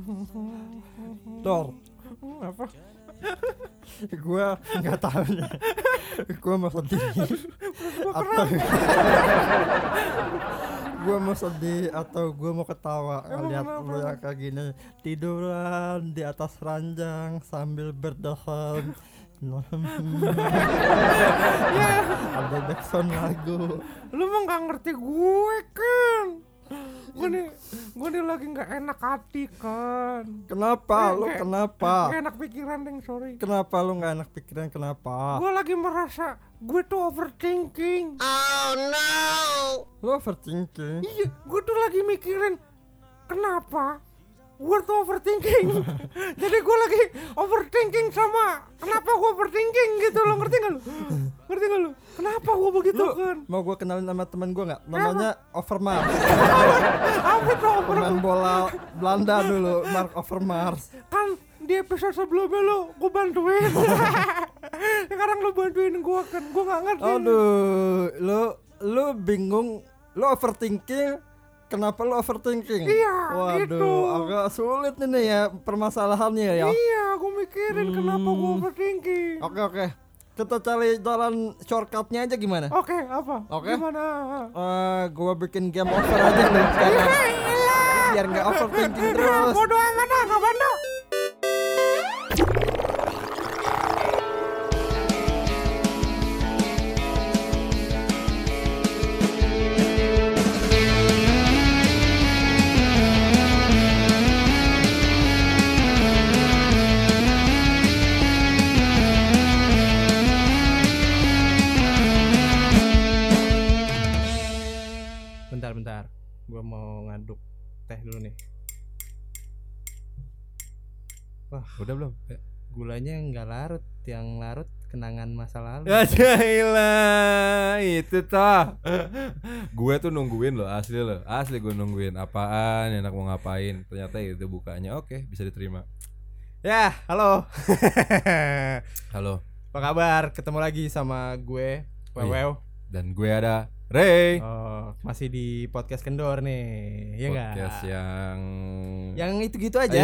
Dor, Apa? gue nggak tahu nih. Gue mau sedih atau gue mau sedih atau gue mau ketawa ngeliat lu yang kayak gini tiduran di atas ranjang sambil berdoa. Ada backsound lagu. Lu mah nggak ngerti gue kan? Gue nih lagi nggak enak hati kan? Kenapa lu kenapa? Nggak enak pikiran deng, sorry. Kenapa lu nggak enak pikiran kenapa? Gue lagi merasa gue tuh overthinking. Lu overthinking? Iya, gue tuh lagi mikirin kenapa gue tuh overthinking. Jadi gue lagi overthinking sama kenapa gue overthinking gitu, lo ngerti gak lu? Ngerti gak lu? Kenapa gue begitu Lu kan? mau gue kenalin sama temen gue nggak? Namanya Overmars. Apa tuh Pemain bola Belanda dulu, Mark Overmars. kan di episode sebelumnya lo gue bantuin. Sekarang lo bantuin gue kan, gue nggak ngerti. Aduh, lu bingung, lu overthinking. Kenapa lu overthinking? Iya, Waduh, gitu. agak sulit ini ya permasalahannya ya. Iya, gue mikirin kenapa gue overthinking. Oke. Kita cari jalan shortcutnya aja gimana? Oke, apa? Oke. Gimana? Gua bikin game over aja nih sekarang. Biar nggak overthinking terus. Bodoh amat dah, nggak bandel. Bentar, gue mau ngaduk teh dulu nih. Wah, Udah belum? gulanya nggak larut, yang larut kenangan masa lalu. Ya jailah, itu toh. Gue tuh nungguin loh, asli gue nungguin apaan, enak mau ngapain. Ternyata itu bukanya oke, bisa diterima. Ya, halo. Halo. Apa kabar? Ketemu lagi sama gue, Wewew. Dan gue ada Ray. Oh, masih di podcast Kendor nih, ya nggak? Podcast Yang itu-gitu aja.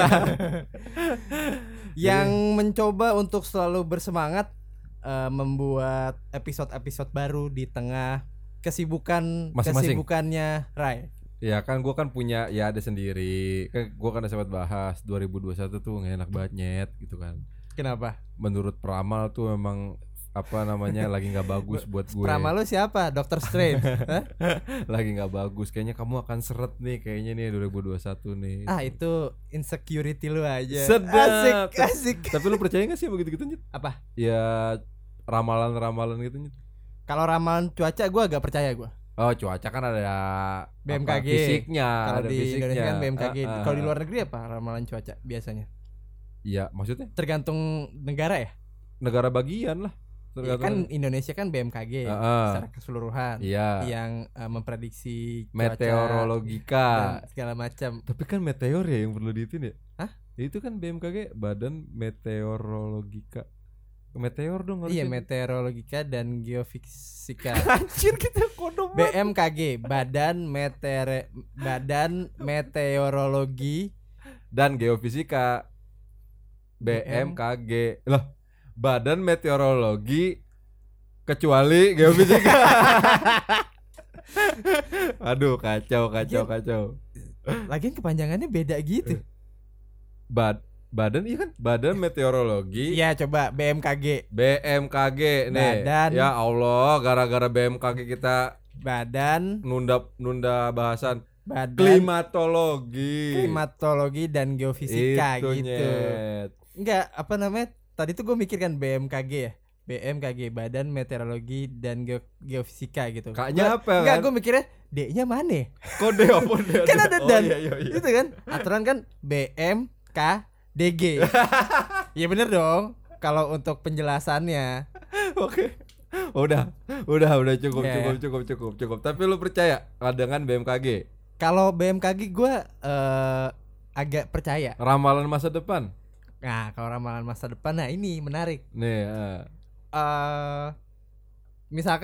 Yang mencoba untuk selalu bersemangat membuat episode-episode baru di tengah Masing-masing. kesibukannya Ray. Ya kan gue kan punya ya ada sendiri. Kan gue kan udah sempat bahas 2021 tuh gak enak banget nyet gitu kan. Kenapa? Menurut peramal tuh memang apa namanya lagi nggak bagus buat gue. Peramal lu siapa? Dr. Strange? Hah? Lagi nggak bagus. Kayaknya kamu akan seret nih kayaknya nih 2021 nih. Ah, itu insecurity lu aja. Sedap. Asik. Tapi lu percaya gak sih begitu gitu Nyet? Apa? Ya ramalan-ramalan gitu Nyet. Kalau ramalan cuaca gue agak percaya gue. Oh cuaca kan ada BMKG. fisiknya. Kalau ada di fisiknya. Indonesia kan BMKG. Kalau di luar negeri apa ramalan cuaca biasanya? Iya maksudnya Tergantung negara ya? negara bagian lah. Ya, kan Indonesia kan BMKG secara keseluruhan. Iya. Yang memprediksi cuaca Meteorologika. dan segala macam. Tapi kan meteor ya yang perlu diitin ya? Hah? Itu kan BMKG Badan Meteorologika. Meteor dong harusnya. Iya, meteorologika dan geofisika. Anjir kita kodok BMKG, Badan Meteorologi dan Geofisika. BMKG. Loh, Badan Meteorologi kecuali Geofisika. Aduh, kacau. Lagian kepanjangannya beda gitu. Badan iya kan? Badan Meteorologi. Iya, coba BMKG. BMKG nih. Badan. Ya Allah, gara-gara BMKG kita Badan nunda bahasan Klimatologi klimatologi dan geofisika itu gitu. Nyet. Enggak, apa namanya? Tadi tuh gue mikir kan BMKG ya. BMKG, Badan Meteorologi dan Geofisika gitu. Kaknya apa Enggak, kan? gue mikirnya D-nya mana? Kode apa deh? Kan ada dan. Iya. Itu kan aturan kan BMKDG. Iya bener dong. Kalau untuk penjelasannya. Oke. Udah cukup. Yeah. Cukup. Tapi lu percaya dengan BMKG? Kalau BMKG gue agak percaya. Ramalan masa depan. Nah, kalau ramalan masa depan, nah ini menarik. Nih, Misalkan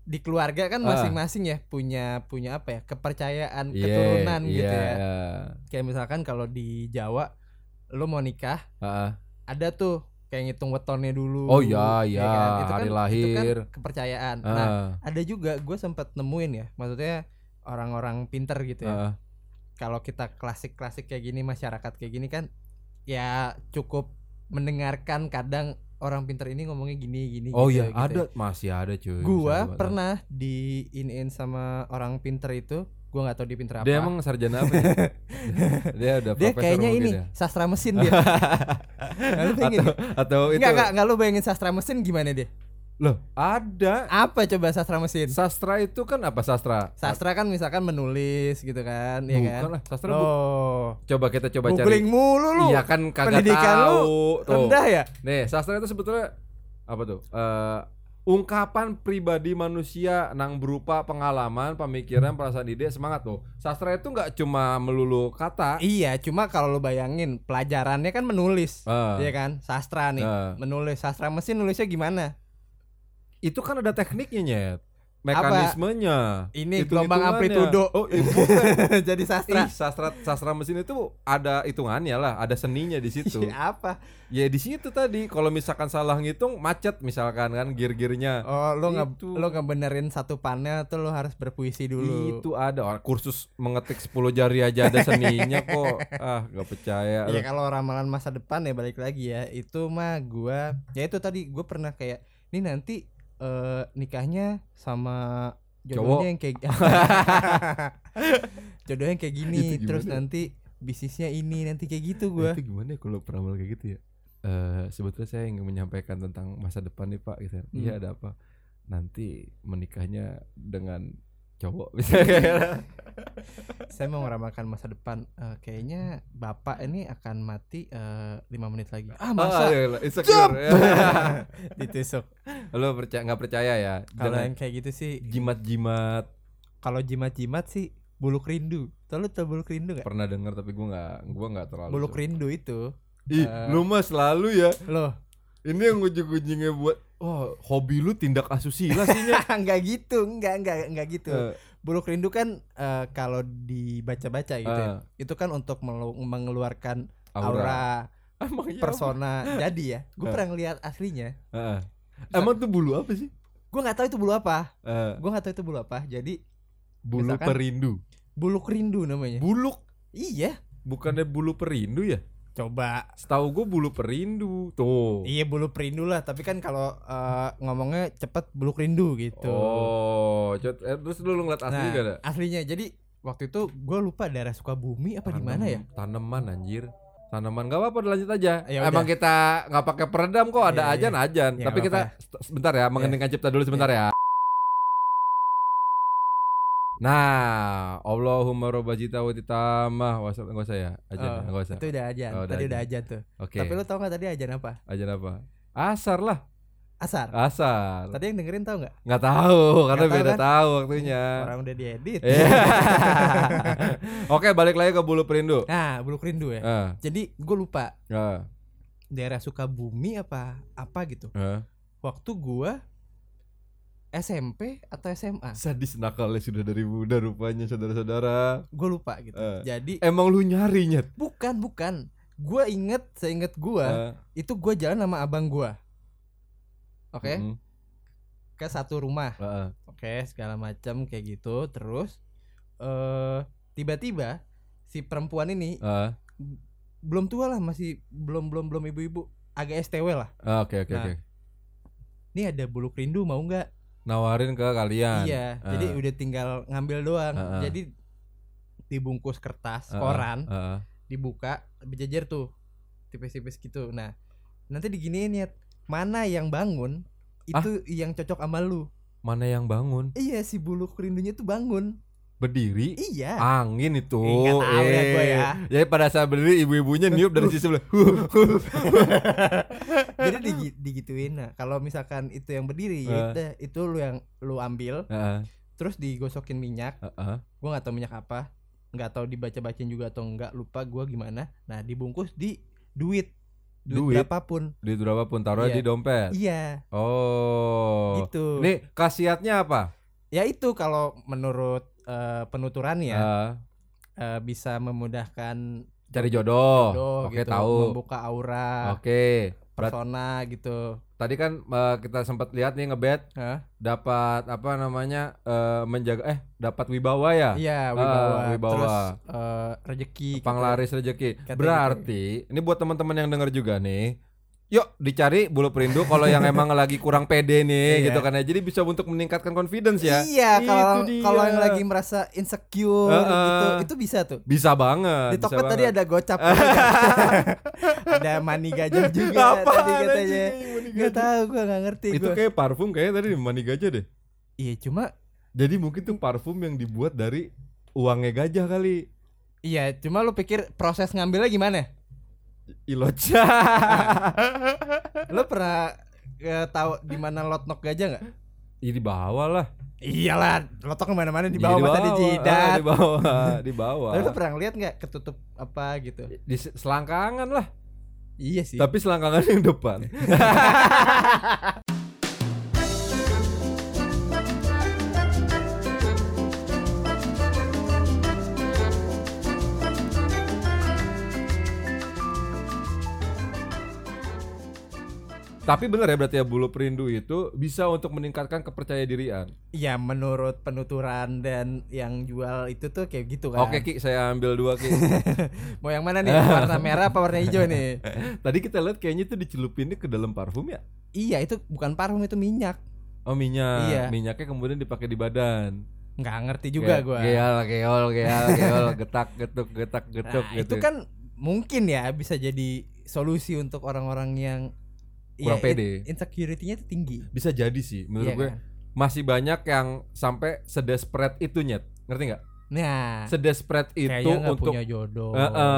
di keluarga kan masing-masing ya punya apa ya, kepercayaan keturunan gitu ya. Kayak misalkan kalau di Jawa lu mau nikah, ada tuh kayak ngitung wetonnya dulu. Oh iya, ya kan? Itu hari kan, lahir. Itu kan kepercayaan. Nah, ada juga gue sempat nemuin ya, maksudnya orang-orang pinter gitu ya. Kalau kita klasik-klasik kayak gini, masyarakat kayak gini kan ya cukup mendengarkan kadang orang pinter ini ngomongnya gini oh gitu, iya, gitu ada ya. masih ada cuy. Gua pernah diiniin sama orang pinter itu, gua nggak tahu dia pinter apa. Dia emang sarjana apa? Dia udah dia profesor kayaknya ini ya? sastra mesin dia. Lalu pengen atau itu nggak lu bayangin sastra mesin gimana dia? Loh, ada. Apa coba sastra mesin? Sastra itu kan apa sastra? Sastra kan misalkan menulis gitu kan, ya kan? Bukan lah, sastra coba kita googling cari. Googling mulu lu. Iya kan kagak pendidikan tahu. Lu rendah ya? Nih, sastra itu sebetulnya apa tuh? Ungkapan pribadi manusia nang berupa pengalaman, pemikiran, perasaan, ide, semangat tuh. Sastra itu nggak cuma melulu kata. Iya, cuma kalau lu bayangin pelajarannya kan menulis, iya kan? Sastra nih, menulis. Sastra mesin nulisnya gimana? Itu kan ada tekniknya, Nyet. Mekanismenya. Ini gelombang amplitudo. Oh, bukan. Jadi sastra. Sastra mesin itu ada hitungannya lah, ada seninya di situ. Apa? Ya di situ tadi. Kalau misalkan salah ngitung macet misalkan kan gear-gearnya. Oh, lo ngebenerin satu panel tuh lo harus berpuisi dulu. Itu ada kursus mengetik 10 jari aja ada seninya kok. Gak percaya. Ya kalau ramalan masa depan ya balik lagi ya. Itu mah gua, ya itu tadi gua pernah kayak ini nanti nikahnya sama jodohnya yang kayak jodohnya kayak gini, terus nanti bisnisnya ini nanti kayak gitu gua. Itu gimana ya kalau peramal kayak gitu ya? Sebetulnya saya ingin menyampaikan tentang masa depan nih Pak gitu. Iya, ada apa? Nanti menikahnya dengan cowok misalnya. Saya mau ngeramalkan masa depan, kayaknya bapak ini akan mati 5 menit lagi. Masa? Insecure. Ditusuk. Lo nggak percaya ya? Kalau yang kayak gitu sih jimat-jimat. Kalau jimat-jimat sih buluk rindu. Tahu buluk rindu gak? Pernah dengar tapi gue nggak terlalu. Buluk rindu itu. Lu mah selalu ya. Loh. Ini yang ujung-ujungnya buat hobi lu tindak asusila sih nya. Enggak gitu, enggak gitu. Buluk rindu kan kalau dibaca-baca gitu ya, itu kan untuk mengeluarkan aura persona. Jadi ya, gue pernah ngeliat aslinya. Emang tuh bulu apa sih? Gue nggak tahu itu bulu apa. Jadi bulu perindu. Buluk rindu namanya. Buluk? Iya. Bukannya bulu perindu ya? Coba. Setahu gue bulu perindu tuh. Iya bulu perindu lah, tapi kan kalau ngomongnya cepet buluk rindu gitu. Terus lu ngeliat asli gak ada? Aslinya. Jadi waktu itu gue lupa daerah Sukabumi apa di mana ya? Tanaman anjir. Tanaman nggak apa-apa, lanjut aja. Emang kita nggak pakai peredam kok, ada ajan. Ya, tapi kita sebentar ya, mengeningkan cipta dulu sebentar ya. Nah, Allahumma robba jita wa titamah wasal enggak usah ya, ajan enggak usah. Itu udah ajan. Tadi udah ajan tuh. Okay. Tapi lu tau enggak tadi ajan apa? Ajan apa? Asar lah. Asar. Asar. Tadi yang dengerin tahu enggak? Enggak tahu, karena tahu beda kan? tahu waktunya. Orang udah diedit. Oke, balik lagi ke bulu perindu. Nah, bulu perindu ya. Jadi gue lupa. Daerah Sukabumi apa gitu. Waktu gua SMP atau SMA. Sadis nakalnya sudah dari muda rupanya saudara-saudara. Gue lupa gitu. Jadi emang lu nyari Nyet? Bukan. Gue seinget gue itu gue jalan sama abang gue. Oke. Ke satu rumah. Oke, segala macam kayak gitu. Terus tiba-tiba si perempuan ini belum tua lah, masih belum ibu-ibu, agak STW lah. Oke. Ini ada buluk rindu, mau nggak? Nawarin ke kalian. Iya, jadi udah tinggal ngambil doang. Jadi dibungkus kertas koran, dibuka, berjejer tuh tipis-tipis gitu. Nah, nanti diginiin ya, mana yang bangun itu yang cocok sama lu. Mana yang bangun? Iya, si buluk rindunya tuh bangun. Berdiri? Iya. Angin itu. Nggak tahu ya gue ya. Jadi pada saat berdiri ibu-ibunya niup dari sisi sebelah. Jadi digituin. Nah, kalau misalkan itu yang berdiri, itu lu ambil, terus digosokin minyak. Gue nggak tahu minyak apa, nggak tahu dibaca-bacain juga atau nggak, lupa gue gimana. Nah, dibungkus di duit berapapun. Duit berapapun taruh di dompet. Iya. Oh. Gitu. Nih khasiatnya apa? Ya itu kalau menurut penuturan ya Ah, bisa memudahkan cari jodoh. Oke, gitu, tahu. membuka aura, Oke. persona gitu. Tadi kan kita sempat lihat nih ngebet Hah? dapat apa namanya menjaga dapat wibawa ya. Iya, wibawa. Wibawa. Terus rezeki gitu. Panglaris rezeki. Kata Berarti ini buat teman-teman yang denger juga nih. Yuk dicari bulu perindu kalau yang emang lagi kurang pede nih Iya. gitu kan ya. Jadi bisa untuk meningkatkan confidence ya. Iya, Itu dia. kalau yang lagi merasa insecure gitu, itu bisa tuh. Bisa banget. Di bisa Tokped tadi banget. ada gocap. Ada money gajah juga Apaan tadi katanya. anjing, money Nggak gajah? tahu, gua nggak ngerti Itu gua. kayak parfum kayaknya tadi mani gajah deh. Iya, cuma Jadi mungkin tuh parfum yang dibuat dari uangnya gajah kali. cuma lu pikir proses ngambilnya gimana? Iloca. Lu pernah tahu di mana lotnok gajah nggak? Ih, di bawah lah. Iyalah, lotok kemana-mana di Iya, bawah, masa di jidat. Di bawah, di bawah. Lalu lu pernah ngeliat nggak ketutup apa gitu? Di selangkangan lah. Iya sih. Tapi selangkangan yang depan. Tapi bener ya berarti ya bulu perindu itu bisa untuk meningkatkan kepercayaan. Iya, menurut penuturan dan yang jual itu tuh kayak gitu kan. Oke Ki, saya ambil 2 Ki. Mau yang mana nih? Warna merah apa warna hijau nih? Tadi kita lihat kayaknya itu dicelupinnya ke dalam parfum ya. Iya, itu bukan parfum, itu minyak. Oh minyak. Iya. Minyaknya kemudian dipakai di badan. Nggak ngerti juga gua. Geol, getak, getuk Nah, gitu. itu kan mungkin ya bisa jadi solusi untuk orang-orang yang Kurang pede. Insecurity-nya itu tinggi. Bisa jadi sih menurut Iya gue. kan? Masih banyak yang sampai sedesperate itu Nyet. Ngerti nggak? Nah, Sedesperate itu kayaknya nggak untuk punya jodoh.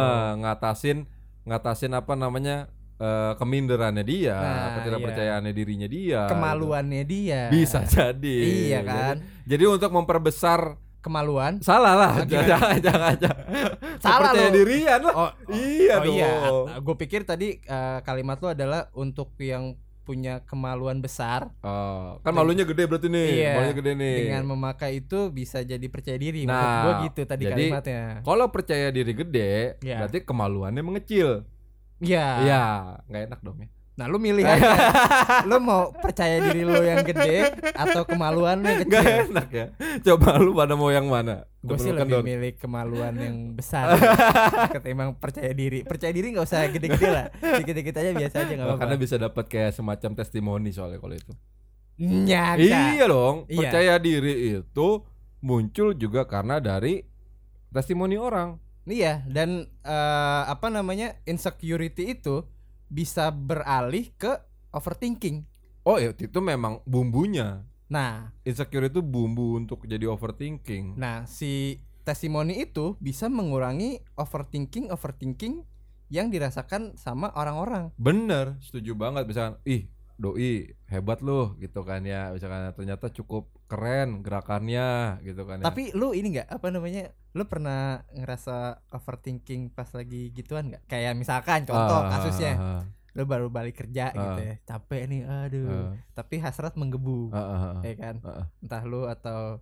ngatasin apa namanya keminderannya dia, Nah, ketidakpercayaannya dirinya dia, Kemaluannya dia. gitu. Bisa jadi. Iya kan? Jadi untuk memperbesar Kemaluan. salah lah, Gimana? jangan. Salah Percaya lo. dirian lah. Oh, Iya dong. Gue pikir tadi kalimat lu adalah untuk yang punya kemaluan besar. Oh, kan malunya gede berarti nih. Iya, Malunya gede nih. Dengan memakai itu bisa jadi percaya diri. Menurut Nah, gue gitu tadi jadi, kalimatnya. Kalau percaya diri gede, Iya. berarti kemaluannya mengecil. Iya. Iya, nggak enak dong ya. Nah, lu milih aja. Lu mau percaya diri lu yang gede atau kemaluan yang Nggak kecil? enak ya. Coba lu pada mau yang mana? Gue sih Keperlukan lebih Don. milih kemaluan yang besar ketimbang percaya diri. Percaya diri nggak usah gede-gede lah, dikit-dikit aja biasa aja nggak Oh, apa-apa. karena bisa dapat kayak semacam testimoni soalnya kalau itu. Ya, bisa. Iya dong. Iya. Percaya diri itu muncul juga karena dari testimoni orang. Iya, dan apa namanya, insecurity itu bisa beralih ke overthinking. Oh, itu memang bumbunya. Nah, Insecure itu bumbu untuk jadi overthinking. si testimoni itu bisa mengurangi overthinking yang dirasakan sama orang-orang. Bener, setuju banget. Misalkan, ih doi hebat loh gitu kan ya. Misalkan ternyata cukup keren gerakannya gitu kan ya. Tapi lu ini nggak, apa namanya, lu pernah ngerasa overthinking pas lagi gituan nggak? Kayak misalkan contoh kasusnya, lu baru balik kerja gitu ya, capek nih, aduh, tapi hasrat menggebu, ya kan? Entah lu atau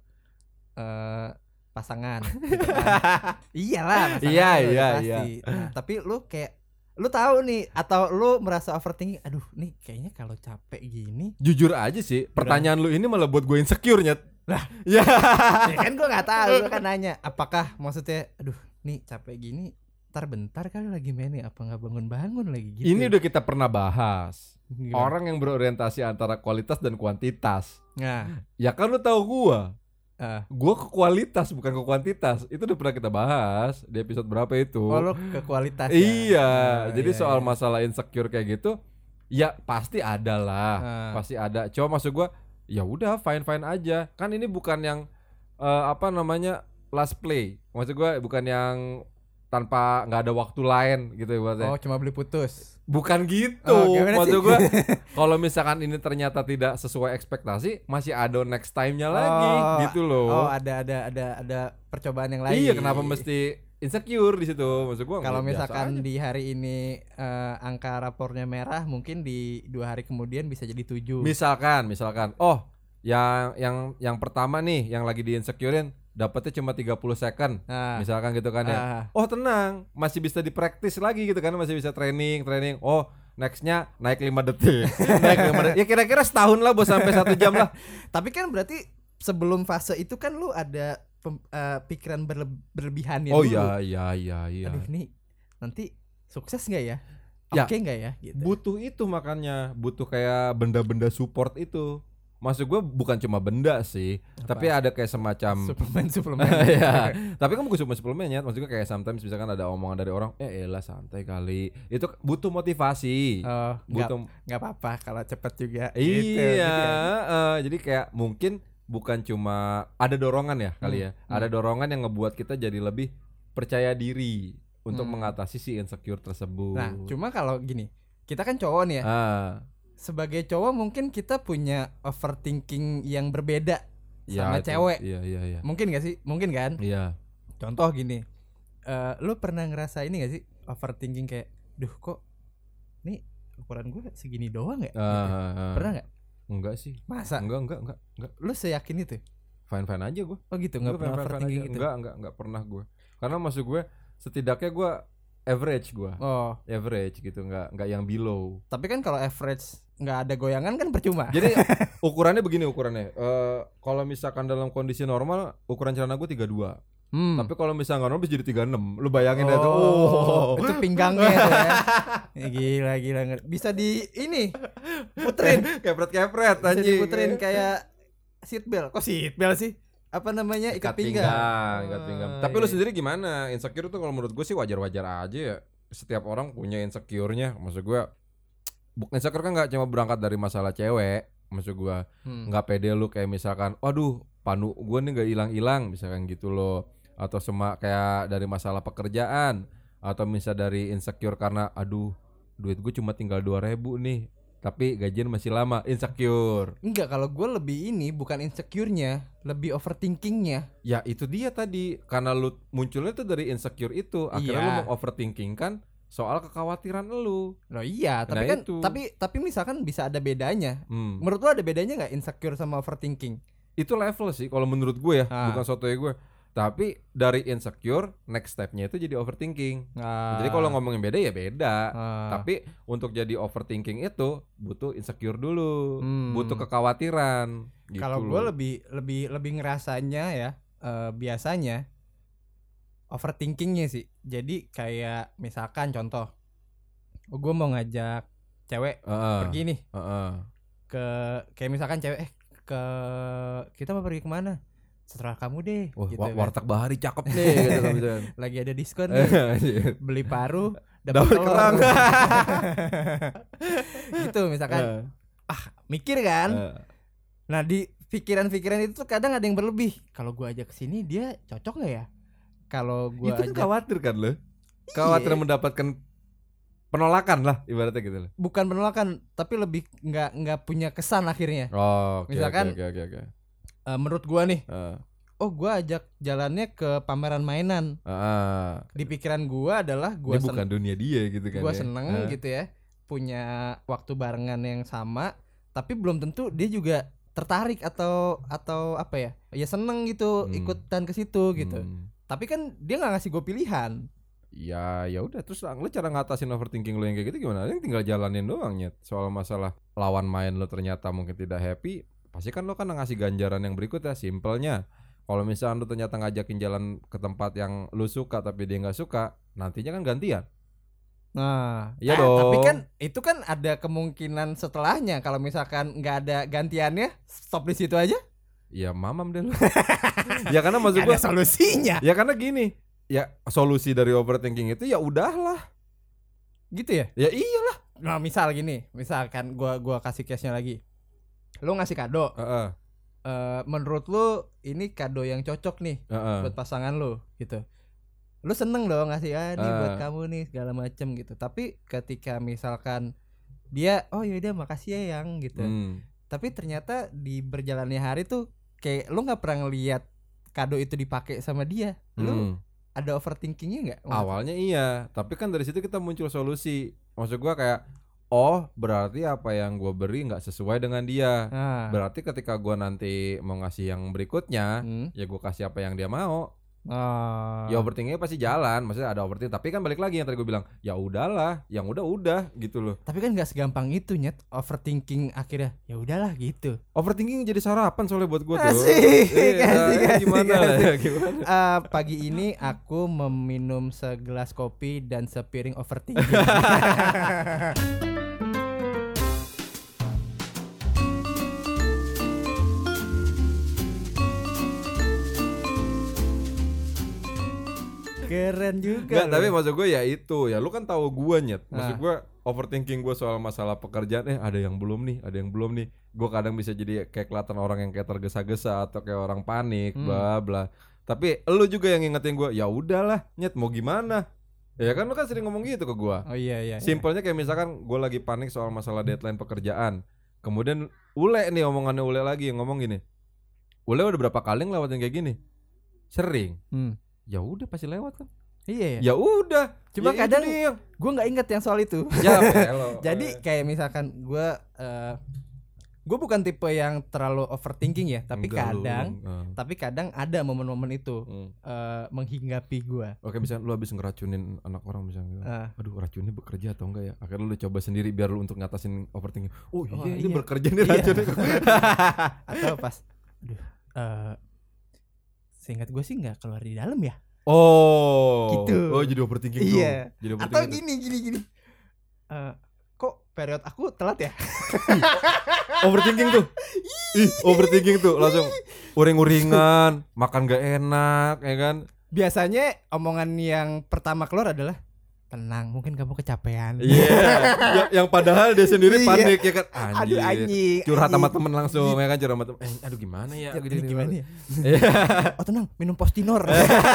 pasangan gitu kan. Iyalah, pasangan Iya, lu iya, pasti. Nah, tapi lu kayak lu tahu nih, atau lu merasa overthinking, aduh nih kayaknya kalau capek gini. Jujur aja sih, pertanyaan lu ini malah buat gue insecure Nyet. Lah, ya. ya kan gua nggak tahu, gua kan nanya, apakah maksudnya, aduh nih capek gini, bentar kali lagi main nih, apa nggak bangun-bangun lagi gitu. Ini udah kita pernah bahas. Gimana? Orang yang berorientasi antara kualitas dan kuantitas. Nah, Ya kan lu tahu gua ke kualitas bukan ke kuantitas. Itu udah pernah kita bahas di episode berapa itu. oh lu ke kualitas ya? Iya, Nah, jadi iya, soal iya. masalah insecure kayak gitu, ya pasti ada lah, pasti ada. Cuma maksud gua, ya udah fine aja. Kan ini bukan yang apa namanya last play. Maksud gua bukan yang tanpa nggak ada waktu lain gitu ibaratnya. Oh, cuma beli putus. Bukan gitu. Oh, gimana Maksud sih? gua, kalau misalkan ini ternyata tidak sesuai ekspektasi, masih ada next time-nya lagi gitu loh. Oh, ada percobaan yang lain. Iya, kenapa mesti insecure di situ? Maksud gua Kalau biasa misalkan aja. di hari ini angka rapornya merah, mungkin di 2 hari kemudian bisa jadi 7. Misalkan, oh yang pertama nih yang lagi di insecurein dapatnya cuma 30 second. Misalkan gitu kan ya. Oh, tenang, masih bisa dipraktis lagi gitu kan, masih bisa training. Oh, nextnya naik 5 detik. Naik 5 detik. Ya kira-kira setahun lah bos, sampai 1 jam lah. Tapi kan berarti sebelum fase itu kan lu ada pikiran berlebihannya Oh dulu. iya. Aduh, nih nanti sukses nggak ya? Ya, Oke nggak ya? Gitu. butuh itu, makanya butuh kayak benda-benda support itu. Maksud gue bukan cuma benda sih, tapi ada kayak semacam suplemen. ya. Tapi kan bukan cuma suplemennya, maksud gue kayak sometimes misalkan ada omongan dari orang, elah santai kali. Itu butuh motivasi. Nggak apa-apa kalau cepet juga. Iya, gitu ya. Jadi kayak mungkin bukan cuma ada dorongan ya kali ya. Ada dorongan yang ngebuat kita jadi lebih percaya diri untuk mengatasi si insecure tersebut. Nah, cuma kalau gini, kita kan cowok nih ya. Sebagai cowok mungkin kita punya overthinking yang berbeda sama cewek. Iya. Mungkin gak sih? Mungkin kan? Iya. Contoh gini, lu pernah ngerasa ini gak sih? Overthinking kayak, duh kok nih ukuran gue segini doang ya? Gitu. Pernah gak? Enggak sih. Masa? Enggak. Lu seyakin itu? Fine aja gue. Oh gitu, gak pernah overthinking gitu? Enggak pernah gue. Karena maksud gue setidaknya gue average gue. Average gitu, enggak yang below. Tapi kan kalau average nggak ada goyangan kan percuma. Jadi ukurannya begini ukurannya. Kalau misalkan dalam kondisi normal ukuran celana gue 32. Tapi kalau misalnya nggak normal bisa jadi 36. Lu bayangin dah tuh. Itu pinggangnya tuh ya. Gila. Bisa di ini puterin. Kepret Bisa anjing. diputerin kayak seat belt. Kok seat belt sih? Apa namanya? Ikat pinggang. Tapi lu sendiri gimana? Insecure tuh kalau menurut gue sih wajar-wajar aja ya. Setiap orang punya insecure-nya. Maksud gue insecure kan gak cuma berangkat dari masalah cewek. Maksud gue gak pede lu kayak misalkan, aduh panu gue nih gak hilang-hilang, misalkan gitu loh. Atau kayak dari masalah pekerjaan. Atau misal dari insecure karena aduh duit gue cuma tinggal 2.000 nih, tapi gajian masih lama, insecure. Enggak, kalau gue lebih ini bukan insecure-nya, lebih overthinkingnya. Ya itu dia tadi, karena lu munculnya tuh dari insecure itu, akhirnya lu mau overthinking kan soal kekhawatiran lu. Loh iya, tapi Nah, kan itu. tapi misalkan bisa ada bedanya. Menurut lu ada bedanya nggak insecure sama overthinking? Itu level sih kalau menurut gue ya, bukan sotoy gue. Tapi dari insecure next stepnya itu jadi overthinking. Jadi kalau ngomongin beda ya beda. Tapi untuk jadi overthinking itu butuh insecure dulu, butuh kekhawatiran. Gitu. Kalau gue lebih ngerasanya ya, biasanya overthinkingnya sih. Jadi kayak misalkan contoh, gue mau ngajak cewek pergi nih ke kayak misalkan cewek kita mau pergi kemana? Setelah kamu deh. Gitu warteg Bahari cakep deh gitu kan. Lagi ada diskon nih. Beli paru dapat kerang. Gitu misalkan. Mikir kan. Nah di pikiran-pikiran itu tuh kadang ada yang berlebih. Kalau gua ajak kesini dia cocok nggak ya? Kalau gua itu ajak, kan khawatir kan lo? Khawatir mendapatkan penolakan lah ibaratnya gitu loh. Bukan penolakan, tapi lebih nggak punya kesan akhirnya. Misalkan menurut gua nih, gua ajak jalannya ke pameran mainan. Di pikiran gua adalah gua ini bukan dunia dia gitu kan. Gua seneng gitu ya, punya waktu barengan yang sama, tapi belum tentu dia juga tertarik atau apa ya? Ya seneng gitu ikutan ke situ gitu. Tapi kan dia nggak ngasih gua pilihan. Ya udah, terus lu cara ngatasin overthinking lu yang kayak gitu gimana? Yang tinggal jalanin doang Nyet. Soal masalah lawan main lu ternyata mungkin tidak happy, pasti kan lo kan ngasih ganjaran yang berikut ya. Simpelnya kalau misalnya lo ternyata ngajakin jalan ke tempat yang lo suka tapi dia nggak suka, nantinya kan gantian. Nah, iya dong. Tapi kan itu kan ada kemungkinan setelahnya. Kalau misalkan nggak ada gantiannya, stop di situ aja. Ya mamam deh lo. Ya karena maksud gue ada solusinya. Ya karena gini, ya solusi dari overthinking itu ya udahlah. Gitu ya? Ya iyalah. Nah misal gini, misalkan gua kasih case-nya lagi. Lu ngasih kado. Menurut lu ini kado yang cocok nih buat pasangan lu gitu. Lu seneng dong ngasih nih buat kamu nih segala macem gitu. Tapi ketika misalkan dia yaudah makasih ya yang gitu. Tapi ternyata di berjalannya hari tuh kayak lu nggak pernah ngeliat kado itu dipakai sama dia. Lu ada overthinkingnya nggak? Awalnya iya, tapi kan dari situ kita muncul solusi. Maksud gua kayak oh berarti apa yang gue beri nggak sesuai dengan dia. Berarti ketika gue nanti mau ngasih yang berikutnya, ya gue kasih apa yang dia mau. Ya overthinkingnya pasti jalan, maksudnya ada overthinking. Tapi kan balik lagi yang tadi gue bilang, ya udahlah, yang udah gitu loh. Tapi kan nggak segampang itu Nyet, overthinking akhirnya ya udahlah gitu. Overthinking jadi sarapan soalnya buat gue tuh. Asik. Gimana lah ya, gimana? Pagi ini aku meminum segelas kopi dan sepiring overthinking. Keren juga. Nggak, tapi maksud gue ya itu, ya lu kan tahu gue Nyet. Maksud gue overthinking gue soal masalah pekerjaan, ada yang belum nih. Gue kadang bisa jadi kayak kelihatan orang yang kayak tergesa-gesa atau kayak orang panik, bla bla. Tapi lu juga yang ngingetin gue, ya udahlah Nyet, mau gimana? Ya kan lu kan sering ngomong gitu ke gue. Oh iya. Simpelnya kayak misalkan gue lagi panik soal masalah deadline pekerjaan. Kemudian Ule nih, omongannya Ule lagi yang ngomong gini. Ule udah berapa kali ngelewatin kayak gini? Sering. Ya udah pasti lewat kan. Iya ya. Ya udah. Cuma ya kadang gue nggak inget yang soal itu. Ya, jadi kayak misalkan gue bukan tipe yang terlalu overthinking ya, tapi kadang ada momen-momen itu menghinggapi gue. Oke, misalnya lu habis ngeracunin anak orang misalnya. Aduh, racunnya bekerja atau enggak ya? Akhirnya lu coba sendiri biar lu untuk ngatasin overthinking. Oh iya, ini bekerja nih racunnya. Atau pas seingat gue sih nggak keluar di dalam ya. Oh, gitu. Oh jadi overthinking tuh. Iya. Jadi atau gini. Kok period aku telat ya? Overthinking tuh. Overthinking tuh langsung uring-uringan, makan gak enak, ya kan? Biasanya omongan yang pertama keluar adalah tenang, mungkin kamu kecapean. Iya. Yang padahal dia sendiri panik ya kan. Anjing. Curhat sama temen langsung ya kan, curhat sama temen. Aduh gimana ya? Gimana ya? Oh tenang, minum Postinor.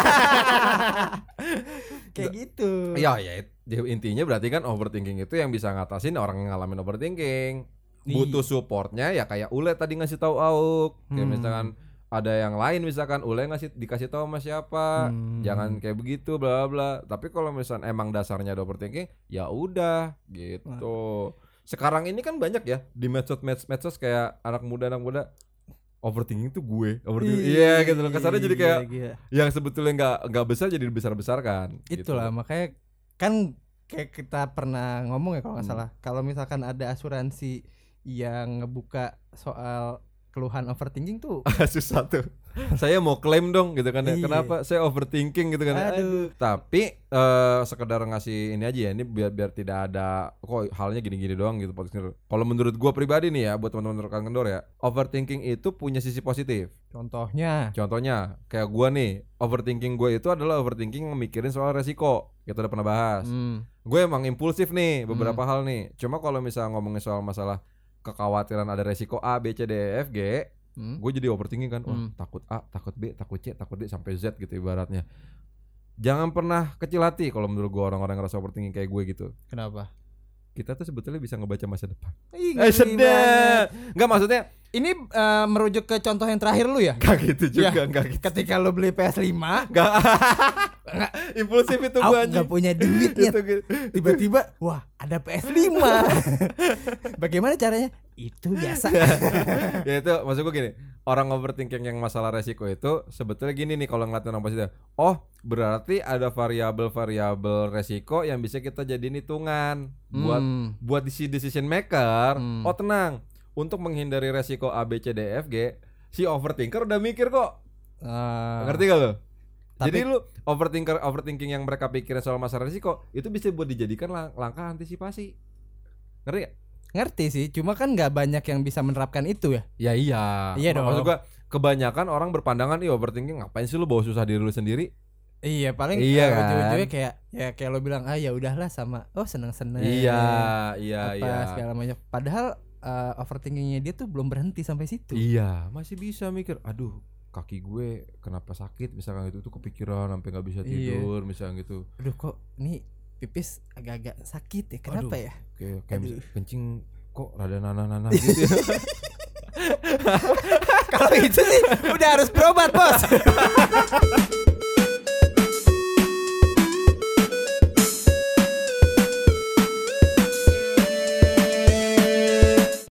Kayak gitu. Ya intinya berarti kan overthinking itu yang bisa ngatasin orang yang ngalamin overthinking. Butuh supportnya ya kayak Ule tadi ngasih tahu Auk. Kayak misalkan ada yang lain misalkan Ule dikasih tahu sama siapa, jangan kayak begitu bla bla. Tapi kalau misalkan emang dasarnya ada overthinking, ya udah gitu. Sekarang ini kan banyak ya di medsos kayak anak muda overthinking tuh gue, iya gitu loh. Kesannya jadi kayak yang sebetulnya nggak besar jadi besar-besarkan. Itulah gitu. Makanya kan kayak kita pernah ngomong ya kalau nggak salah, kalau misalkan ada asuransi yang ngebuka soal keluhan overthinking tuh susah tuh. Saya mau klaim dong gitu kan ya. Kenapa saya overthinking gitu kan. Aduh. Tapi sekedar ngasih ini aja ya, ini biar tidak ada kok halnya gini-gini doang gitu. Kalau menurut gua pribadi nih ya, buat teman-teman rekan kendor ya, overthinking itu punya sisi positif. Contohnya kayak gua nih, overthinking gua itu adalah overthinking mikirin soal resiko. Kita udah pernah bahas. Gue emang impulsif nih beberapa hal nih. Cuma kalau misalnya ngomongin soal masalah kekhawatiran ada resiko A, B, C, D, E, F, G, gue jadi overthinking kan. Takut A, takut B, takut C, takut D sampai Z gitu ibaratnya. Jangan pernah kecil hati kalau menurut gue orang-orang ngerasa overthinking kayak gue gitu. Kenapa? Kita tuh sebetulnya bisa ngebaca masa depan. Sedih. Enggak, maksudnya ini merujuk ke contoh yang terakhir lu ya? Gak gitu juga, gak gitu. Ketika lu beli PS5, Gak impulsif itu gue anjing. Gak punya duitnya. Tiba-tiba, wah ada PS5. Bagaimana caranya? Itu biasa. Ya itu maksud gue gini, orang overthinking yang masalah resiko itu sebetulnya gini nih kalau ngeliatin orang positif. Oh berarti ada variabel-variabel resiko yang bisa kita jadiin hitungan buat decision maker. Oh tenang, untuk menghindari resiko A, B, C, D, F, G, si overthinker udah mikir kok. Ngerti gak lo? Jadi lu overthinking yang mereka pikirin soal masalah resiko itu bisa buat dijadikan langkah antisipasi. Ngerti gak? Ngerti sih, cuma kan nggak banyak yang bisa menerapkan itu ya. Ya iya dong. Maksud gua kebanyakan orang berpandangan overthinking ngapain sih lu bawa susah diri lu sendiri? Iya paling ujung-ujungnya kayak lo bilang ya udahlah sama seneng-seneng. Iya. Segala macam. Padahal overthinkingnya dia tuh belum berhenti sampai situ. Iya, masih bisa mikir, aduh kaki gue kenapa sakit misalkan gitu, tuh kepikiran sampai nggak bisa tidur misalkan gitu. Aduh kok ini pipis agak-agak sakit ya, kenapa ya? Kayak kencing kok rada nanah-nanah gitu ya. Kalau itu sih udah harus berobat bos.